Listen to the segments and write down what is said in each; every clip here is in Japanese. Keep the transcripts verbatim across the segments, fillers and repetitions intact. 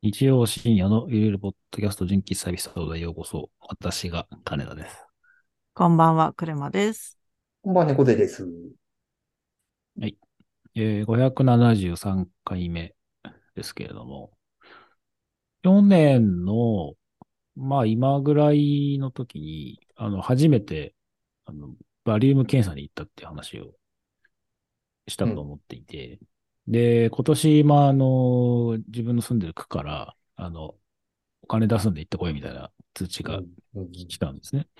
日曜深夜のゆるゆるポッドキャスト純喫茶エピソードへようこそ。私が金田です。 こんばんは、クレマです。 こんばんは、猫背です。 はい。えー、ごひゃくななじゅうさんかいめですけれども、去年の、まあ今ぐらいの時に、あの、初めて、あの、バリウム検査に行ったっていう話をしたうん。 と思っていて、で、今年、まああの、自分の住んでる区から、あの、お金出すんで行ってこいみたいな通知がうん。うん。 来たんですね。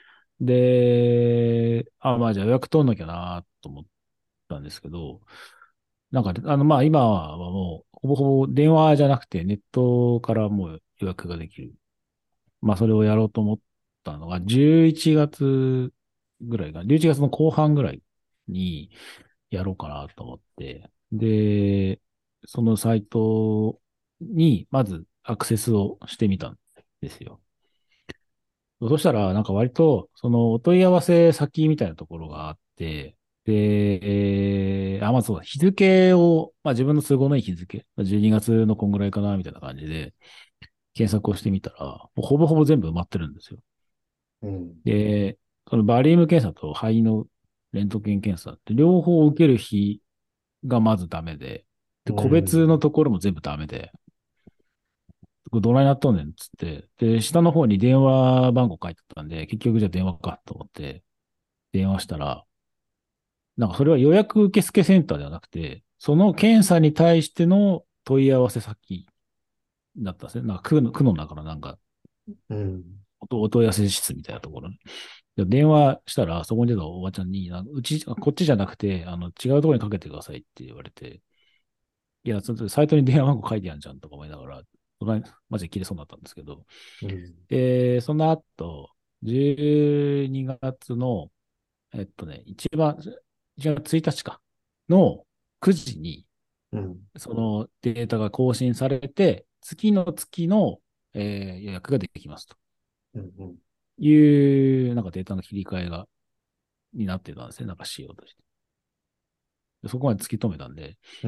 で、あ、まあじゃあ予約取んなきゃなと思ったんですけど、なんか、あの、まあ今はもう、ほぼほぼ電話じゃなくてネットからもう予約ができる。まあそれをやろうと思ったのが、じゅういちがつぐらいが、じゅういちがつの後半ぐらいにやろうかなと思って、で、そのサイトにまずアクセスをしてみたんですよ。そしたら、なんか割と、そのお問い合わせ先みたいなところがあって、で、えーあ、まあそうだ、日付を、まあ自分の都合のいい日付、じゅうにがつのこんぐらいかな、みたいな感じで、検索をしてみたら、もうほぼほぼ全部埋まってるんですよ。 うん。 で、そのバリウム検査と肺のレントゲン検査って両方受ける日がまずダメで、で、 う個別のん。 ところも全部ダメで、これどないなっとんねんっつって、で、下の方に電話番号書いてあったんで、結局じゃあ電話かと思って電話したら、なんかそれは予約受付センターではなくて、その検査に対しての問い合わせ先だったんですね。なんか区の、区の中のなんかうん。 お問い合わせ室みたいなところに。で電話したら、そこに出たおばちゃんに、なんかうち、こっちじゃなくて、あの、違うところにかけてくださいって言われて、いや、ちょっとサイトに電話番号書いてやんじゃんとか思いながら、マジで切れそうになったんですけど、 うん。 で、その後、じゅうにがつの、えっとね、一番、いちがつついたちか、のくじに、 うん。 そのデータが更新されて、月の月の、えー予約ができますとうん。 いう、なんかデータの切り替えが、になってたんですね。なんか仕様として。でそこまで突き止めたんで、 うん。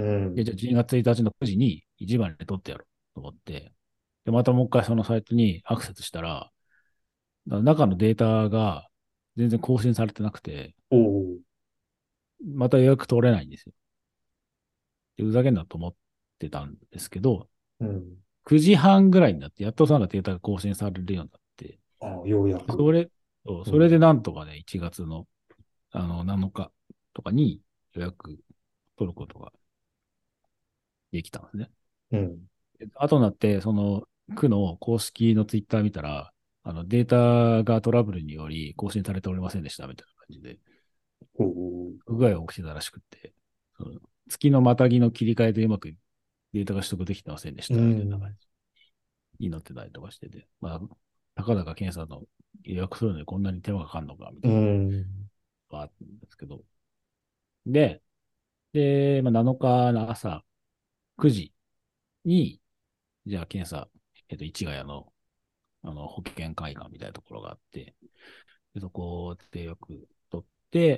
で、じゃあじゅうにがつついたちのくじに一番に取ってやろうと思って、で、またもう一回そのサイトにアクセスしたら、中のデータが全然更新されてなくて、 おお。 また予約取れないんですよ。で、ふざけんなと思ってたんですけど、 うん。 くじはんぐらいになって、やっとそのデータが更新されるようになって、 ああ、ようやく。 それ、そうそれでうん。 なんとかね、いちがつの、あの、なのかとかに予約取ることができたんですね。 うん。 で後になって、その、区の公式のツイッター見たら、あの、データがトラブルにより更新されておりませんでしたみたいな感じで、 おお。 不具合が起きてたらしくて、その月のまたぎの切り替えでうまくデータが取得できてませんでしうたみたいな感ん。 じになってたりとかしてて、まあ、たかだか検査の予約するのにこんなに手間がかかるのかみうたいなん。 のがあったんですけど、で、で、まあ、なのかの朝くじに、じゃあ検査、えっと、市ヶ谷の、あの、保険会館みたいなところがあって、でそこでよく取って、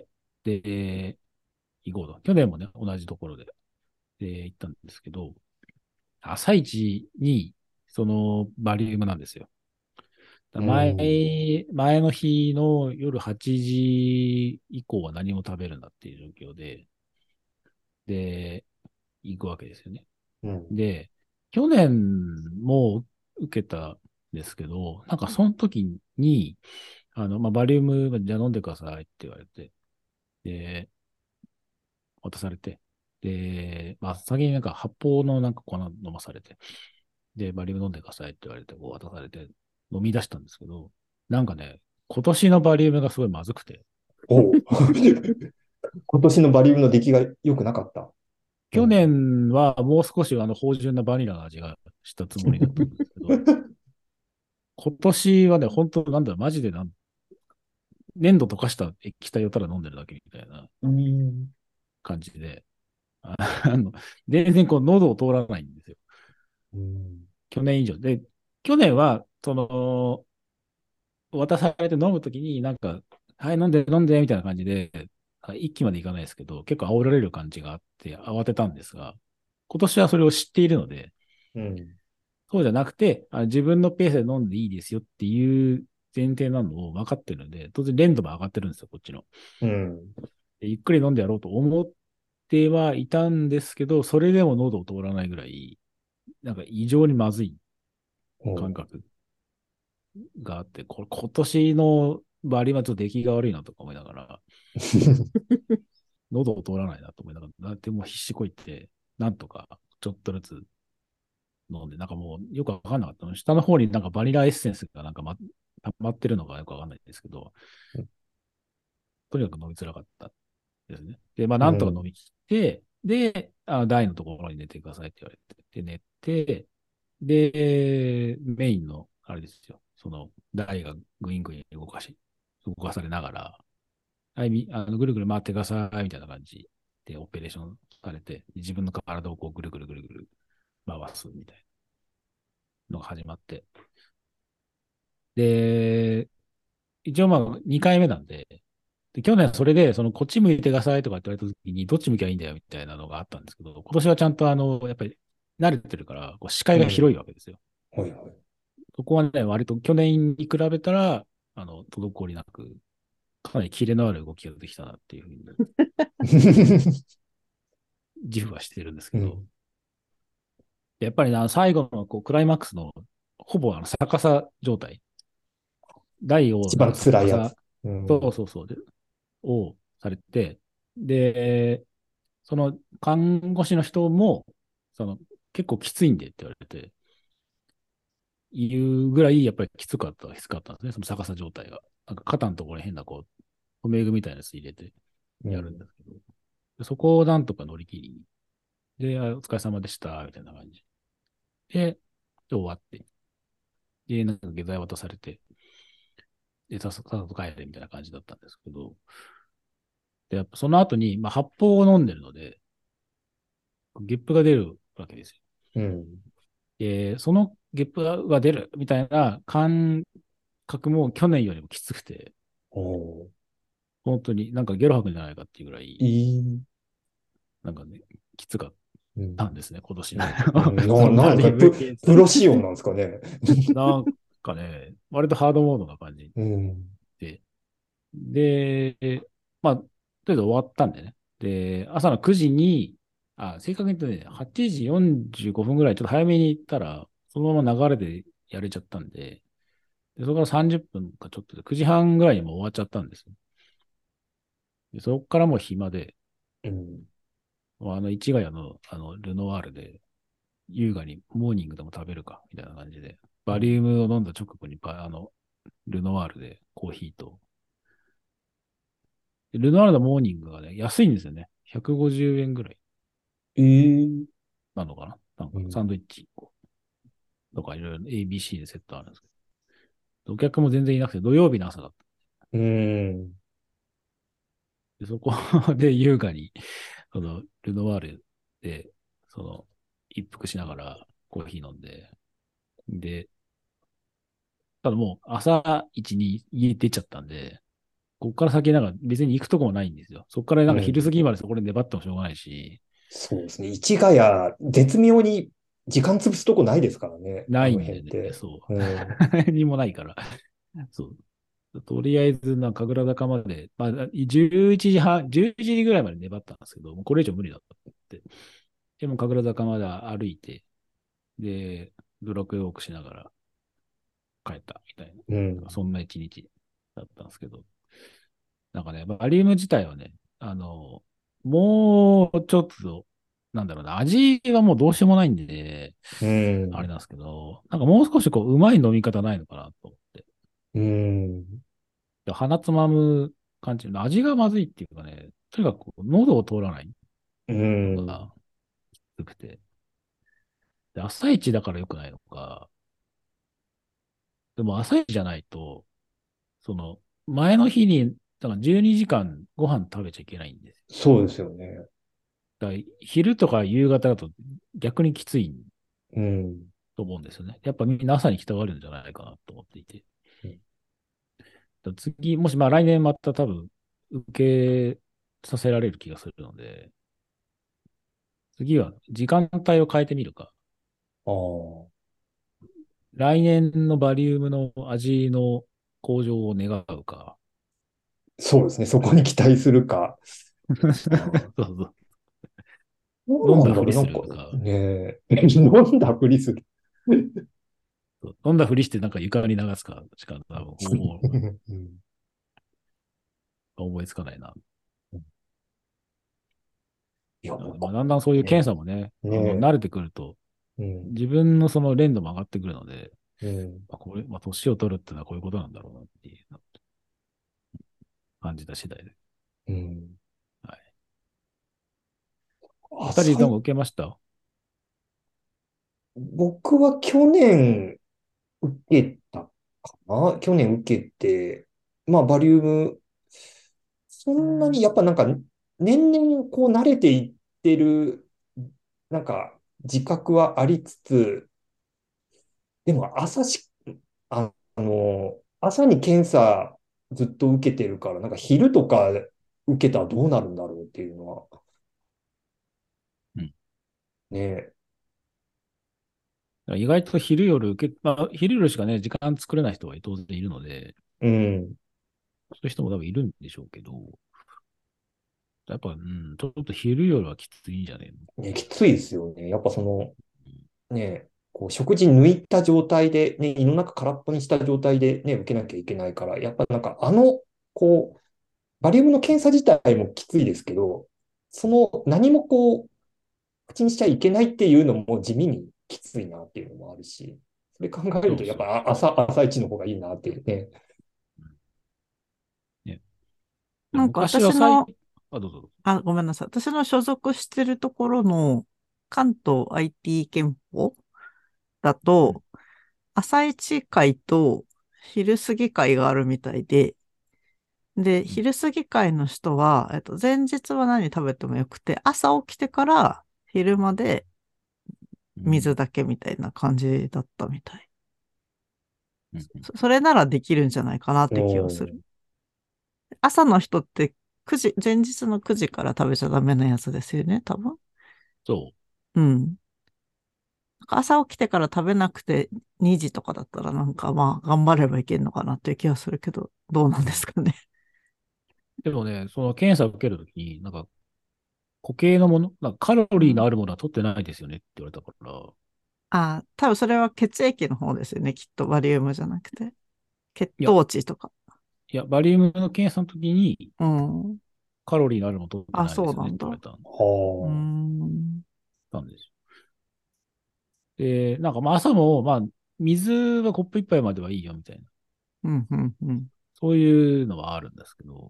で、行こうと。去年もね、同じところで、で、行ったんですけど、朝一に、その、バリウムなんですよ。だう前、 ん。 前の日の夜はちじ以降は何も食べるなっていう状況で、で、行くわけですよね。 うん。 で、去年も受けたんですけど、なんかその時に、あの、まあ、バリウム、じゃあ飲んでくださいって言われて、で、渡されて、で、まあ、先になんか発泡のなんか粉飲まされて、で、バリウム飲んでくださいって言われて、こう渡されて飲み出したんですけど、なんかね、今年のバリウムがすごいまずくて、 おお。今年のバリウムの出来が良くなかった。う去ん。 年はもう少しあの芳醇なバニラの味がしたつもりだったんですけど、今年はね、本当なんだろう、マジでなん粘土溶かした液体をただ飲んでるだけみたいなうん。 感じで、あの、全然こう喉を通らないんですよ。 うん。 去年以上。で、去年は、その、渡されて飲むときになんか、はい、飲んで飲んでみたいな感じで、一気までいかないですけど、結構煽られる感じがあって慌てたんですが、今年はそれを知っているので、 うん。 そうじゃなくて、あ自分のペースで飲んでいいですよっていう前提なのを分かってるので、当然連度も上がってるんですよ、こっちの。 うん。 でゆっくり飲んでやろうと思ってはいたんですけど、それでも喉を通らないぐらい、なんか異常にまずいおう。 感覚があって、これ今年のバリはちょっと出来が悪いなとか思いながら、喉を通らないなと思いながら、だってもう必死こいって、なんとかちょっとずつ飲んで、なんかもうよくわかんなかったの。下の方になんかバニラエッセンスがなんかま、溜まってるのかよくわかんないんですけど、とにかく飲みづらかったですね。で、まあなんとか飲うん。 み切って、で、あ台のところに寝てくださいって言われて、で、寝て、で、メインの、あれですよ、その台がグイングイン動かし、動かされながら、はい、みあのぐるぐる回ってくださいみたいな感じでオペレーションされて、自分の体をこうぐるぐるぐるぐる回すみたいなのが始まって、で、一応まあにかいめなんで、で去年それで、そのこっち向いてくださいとかって言われた時に、どっち向きゃいいんだよみたいなのがあったんですけど、今年はちゃんとあの、やっぱり慣れてるから、こう視界がうん。 広いわけですよ。 はいはい。 そこはね、割と去年に比べたら、あの、滞りなく、かなりキレのある動きができたなっていうふうに自負はしているんですけど、 うん。 やっぱりな、最後のこうクライマックスの、ほぼあの逆さ状態、台を一番なんか逆さ、 辛いやつ。うそうん。 そうそう、でをされて、で、その看護師の人も、その結構きついんでって言われて、言うぐらいやっぱりきつかった、きつかったんですね、その逆さ状態が。なんか肩のところに変なこう、留め具みたいなやつ入れてやるんうん。 ですけど、そこをなんとか乗り切り、で、お疲れ様でした、みたいな感じ。で、で終わって、で、なんか下剤渡されて、で、さっさと帰れみたいな感じだったんですけど、で、やっぱその後に、まあ、発泡を飲んでるので、ゲップが出るわけですよ。 うん。 で、そのゲップが出るみたいな感覚も去年よりもきつくて、 おー。 本当になんかゲロ吐くんじゃないかっていうぐらい、 いい。 なんかね、きつかっうん。 たんですね、今年のうん。うん。な、 そのバリなんですかね、プ、 ウムケース。 プロ仕様なんですかね。 なんかね、割とハードモードな感じうん。 で、で、まあ、とりあえず終わったんでね。で、朝のくじに、あ、正確に言うとね、はちじよんじゅうごふんぐらいちょっと早めに行ったら、そのまま流れでやれちゃったんで、でそこからさんじゅっぷんかちょっとでくじはんぐらいにもう終わっちゃったんですよ。でそこからもう暇で、 うん。 もうあの市ヶ谷のあのルノワールで優雅にモーニングでも食べるかみたいな感じで、バリウムを飲んだ直後にあのルノワールでコーヒーと、ルノワールのモーニングがね、安いんですよね。ひゃくごじゅうえんぐらいえー。 なのかななんかサンうん。 ドイッチとかいろいろ エービーシー でセットあるんですけど、お客も全然いなくて土曜日の朝だった。 うん。 でそこで優雅に、そのルノワールで、その一服しながらコーヒー飲んで、で、ただもう朝一に家出ちゃったんで、ここから先なんか別に行くとこもないんですよ。そこからなんか昼過うん。 ぎまでそこで粘ってもしょうがないし、 そうですね。市ヶ谷、絶妙に時間潰すとこないですからね。あのないんでね、 辺って。 そう。 うん。 何もないから。そう。とりあえず、な、神楽坂まで、まあ、じゅういちじはん、じゅういちじぐらいまで粘ったんですけど、もうこれ以上無理だったって。でも、神楽坂まで歩いて、で、ブロックウォークしながら帰ったみたいな、 うん。 そんな一日だったんですけど、なんかね、バリウム自体はね、あの、もうちょっと、なんだろうな、味はもうどうしようもないんで、 うん。 あれなんですけど、なんかもう少しこう、うまい飲み方ないのかなと思って。 うん。 で鼻つまむ感じ、味がまずいっていうかね、とにかくこう喉を通らないうん。 のがきつくて、で、朝一だから良くないのか、でも朝一じゃないと、その、前の日に、だからじゅうにじかんご飯食べちゃいけないんですよ。 そうですよね。 だから昼とか夕方だと逆にきついうん。 と思うんですよね。やっぱみんな朝に来たがるんじゃないかなと思っていて。だ次、もしまあ来年また多分受けさせられる気がするので、次は時間帯を変えてみるか。 ああ。 来年のバリウムの味の向上を願うか。 そうですね。そこに期待するか。あーそうそう。 どう飲んなんだろう。なんだふりすか、 るか。 ねえ、飲んだふりする。 そう飲んだふりしてなんか床に流すかしか多分方法うんが思いつかないな。 いや、 なので、 僕、 まあ、だんだんそういう検ね査もね、 え、ねあの、 え、 慣れてくると、 うん、 自分のその連度も上がってくるので、 うん、 まあ、これ、まあ、年を取るってのはこういうことなんだろうなっていう感じた次第で。 うん。 はい。おあ、 二人なんか最受けました？ 僕は去年受けたかな。去年受けて、まあ、バリウム、そんなに、やっぱなんか、年々こう慣れていってる、なんか、自覚はありつつ、でも朝し、あ、あの、朝に検査ずっと受けてるから、なんか昼とか受けたらどうなるんだろうっていうのは、 うん。 ね。 意外と昼夜受け、まあ、昼夜しかね、時間作れない人は当然いるので、 うん。 そういう人も多分いるんでしょうけど、やっぱ、うん、ちょっと昼夜はきついんじゃねね、きついですよね。やっぱその、 えの。 ね、こう食事抜いた状態で、ね、胃の中空っぽにした状態でね、受けなきゃいけないから、やっぱなんかあの、こう、バリウムの検査自体もきついですけど、その何もこう、口にしちゃいけないっていうのも地味にきついなっていうのもあるし、それ考えると、やっそうそうぱ朝、朝一の方がいいなっていうね。 うん。ね。でなんか昔はさい、 私の、 あ、どうぞどうぞ。 あ、ごめんなさい。私の所属してるところの関東 アイティー 憲法だうん。 と、朝一会と昼過ぎ会があるみたいで、で、 うん。 昼過ぎ会の人は、えっと、前日は何食べてもよくて、朝起きてから昼までうん。 水だけみたいな感じだったみたい。 うん。うん。 そそれならできるんじゃないかなって気がする。 うん。 朝の人ってくじ、前日のくじから食べちゃダメなやつですよね、多分。 そうん。なんか朝起きてから食べなくてにじとかだったらなんかまあ頑張ればいけんのかなっていう気がするけど、どうなんう。うん。 ですかね。 でもね、その検査を受けるときに、なんか固形のもの、なんかカロうん。 リーのあるものは取ってないですよねって言われたから、 ああ、多分それは血液の方ですよね、きっとバリウムじゃなくて。血いや、 糖値とか。 いや、バリウムの検査の時にうん。 カロリーのあるもの取ってあ、 ないですよねっそうなんだ。うて言われたんーはん。 たんですよ。で、なんかまあ朝も、まあ、水はコップ一杯まではいいよみたいな、 うん、うん、うん。 そういうのはあるんですけど、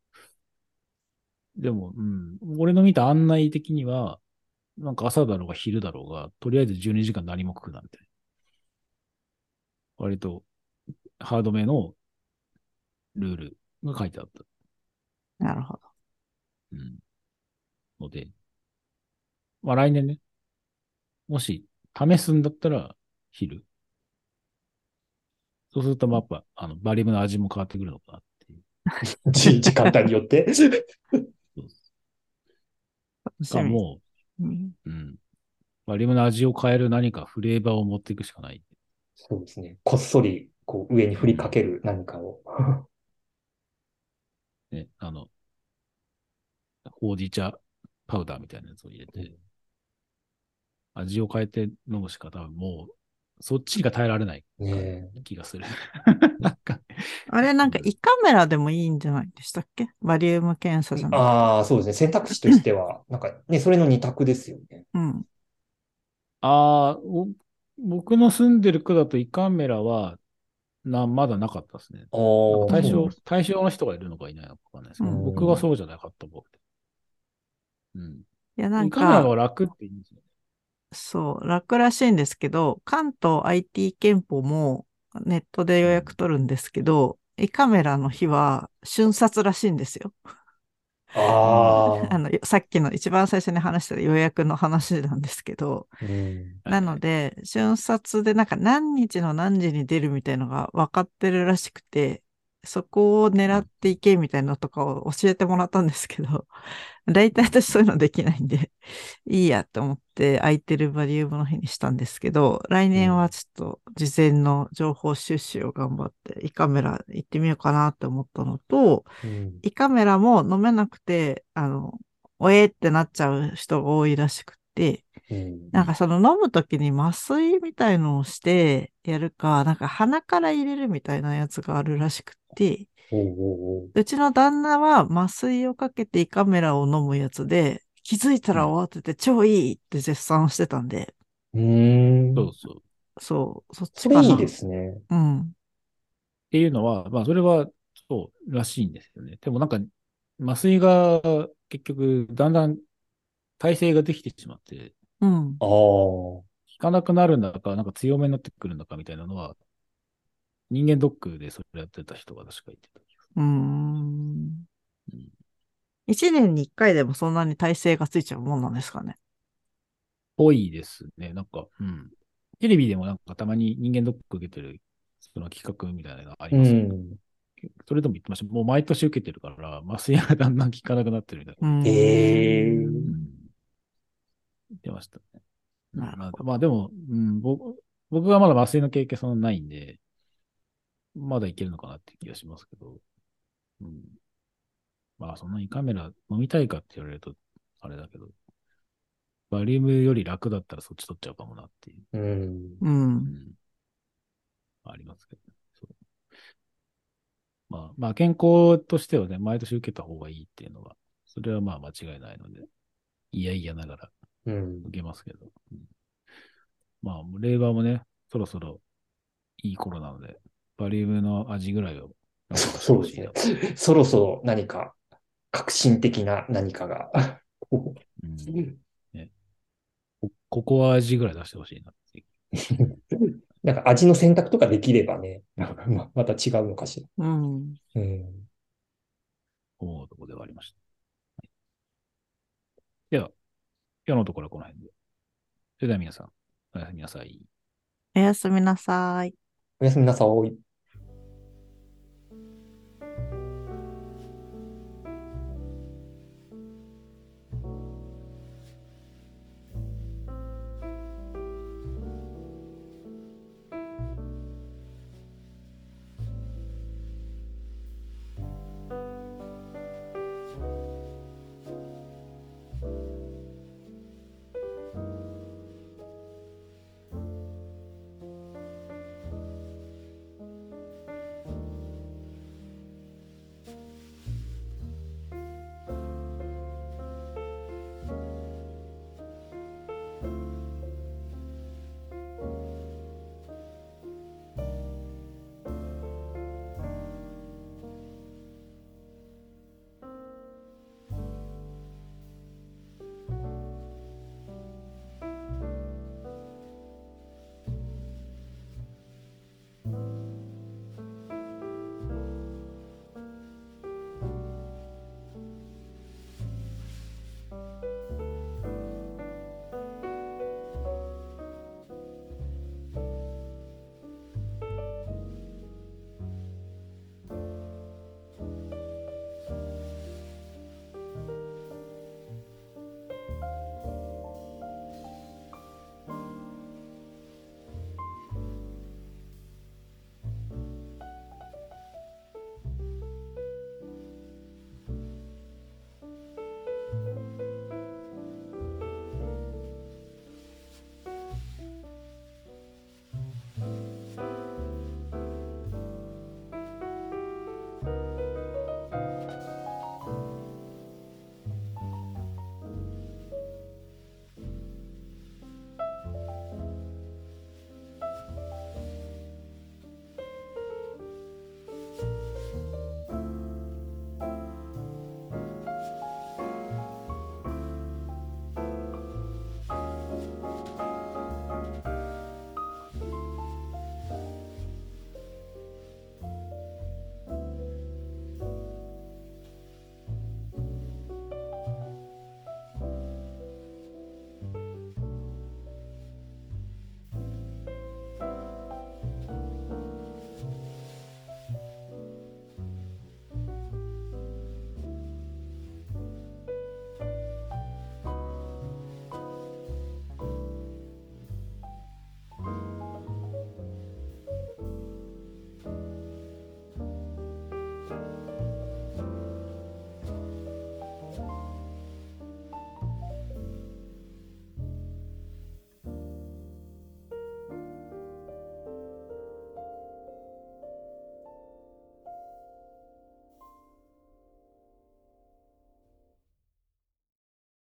でも、うん、俺の見た案内的には、なんか朝だろうが昼だろうが、とりあえずじゅうにじかん何も食うなみたいな。割とハードめのルールが書いてあった。 なるほど。 うん。ので、まあ来年ね、もし試すんだったら昼。そうすると、まあ、やっぱ、あの、バリウムの味も変わってくるのかなっていう。 あ。じ時間帯によって。 そう楽しみ。 かもうん。 う、うん。バリウムの味を変える何かフレーバーを持っていくしかない。 そうですね。こっそり、こう、上に振りかうん。 ける何かを。 ね、あの、ほうじ茶パウダーみたいなやつを入れうんて、味を変えて飲むしか多分もう、そっちが耐えられないかね気がする。なんか、 あれ、なんかうん。 胃カメラでもいいんじゃないでしたっけ？バリウム検査じえ。 ゃなくて。 ああ、そうですね。選択肢としては、なんかね、それの二択ですよね。 うん。 ああ、僕の住んでる区だと胃カメラはな、まだなかったですね。 ああ、 なんか対象、 うん。 そうなんです。 対象の人がいるのかいないのかわかんないですうけど、僕はん。 うん。 そうじゃなかった僕で。うん。 いや、な胃カメラの方んか、 が楽って言うんですよね。 そう、楽らしいんですけど、関東 アイティー 憲法もネットで予約うん。 取るんですけど、胃カメラの日は瞬殺らしいんですよ。 うん。 あああ、 の、さっきの一番最初に話した予約の話なんですけど、 うん。 なはいはい。 ので、瞬殺でなんか何日の何時に出るみたいのが分かってるらしくて、 そこを狙っていけみたいなのとかを教えてもらったんですけど、大体私そういうのできないんで、いいやと思って空いてるバリウムの日にしたんですけど、来年はうん。 ちょっと事前の情報収集を頑張って胃カメラ行ってみようかなって思ったのと、 うん。 胃カメラも飲めなくて、あの、おえってなっちゃう人が多いらしくて、 うん。 なんかその飲むときに麻酔みたいのをしてやるか、なんか鼻から入れるみたいなやつがあるらしくて、 おうおうおう。 うちの旦那は麻酔をかけて胃カメラを飲むやつで、気づいたうん。 ら終わってて超いいって絶賛してたんで、 うーん。 そうそう。っそう、そっちそれいいでかな。 すね。 うん。 ていうのは、まあ、それはそうらしいんですよね。でもなんか、麻酔が結局、だんだん耐性ができてしまって、 うん。 ああ。 効かなくなるんだか、なんか強めになってくるんだかみたいなのは、人間ドックでそれやってた人が確か言ってた気がすうーん。 る。うん。 一年に一回でもそんなに耐性がついちゃうもんなんですかね。 ぽいですね。なんか、うん。テレビでもなんかたまに人間ドック受けてる、その企画みたいなのがありうますけど、 ん。 それでも言ってました。もう毎年受けてるから、麻酔がだんだん効かなくなってるみたいなうーことええ。 言ん。 ってましたね。うん、まあ、 なるほど。 まあでも、うん、僕、僕はまだ麻酔の経験そんなないんで、まだいけるのかなっていう気がしますけど、うん、まあそんなにカメラ飲みたいかって言われると、あれだけど、バリウムより楽だったらそっち取っちゃうかもなっていう、 うん。 うん。 うん、ありますけど、そう。まあ、まあ健康としてはね、毎年受けた方がいいっていうのは、それはまあ間違いないので、いやいやながらうん。 受けますけど、うん、まあ、令和もね、そろそろいい頃なので、バリウムの味ぐらいをなんとかしてそうですね。 ほしいな。 そろそろ何か革新的な何かが。 うん。ね、こココア味ぐらい出してほしいなっていうなんか味の選択とかできればね、なんかままた違うのかしうん。 ら。うん。 思うところではありました。では、今日のところはこの辺で。それでは皆さん、おやすみなさい。 おやすみなさい。 おやすみなさい。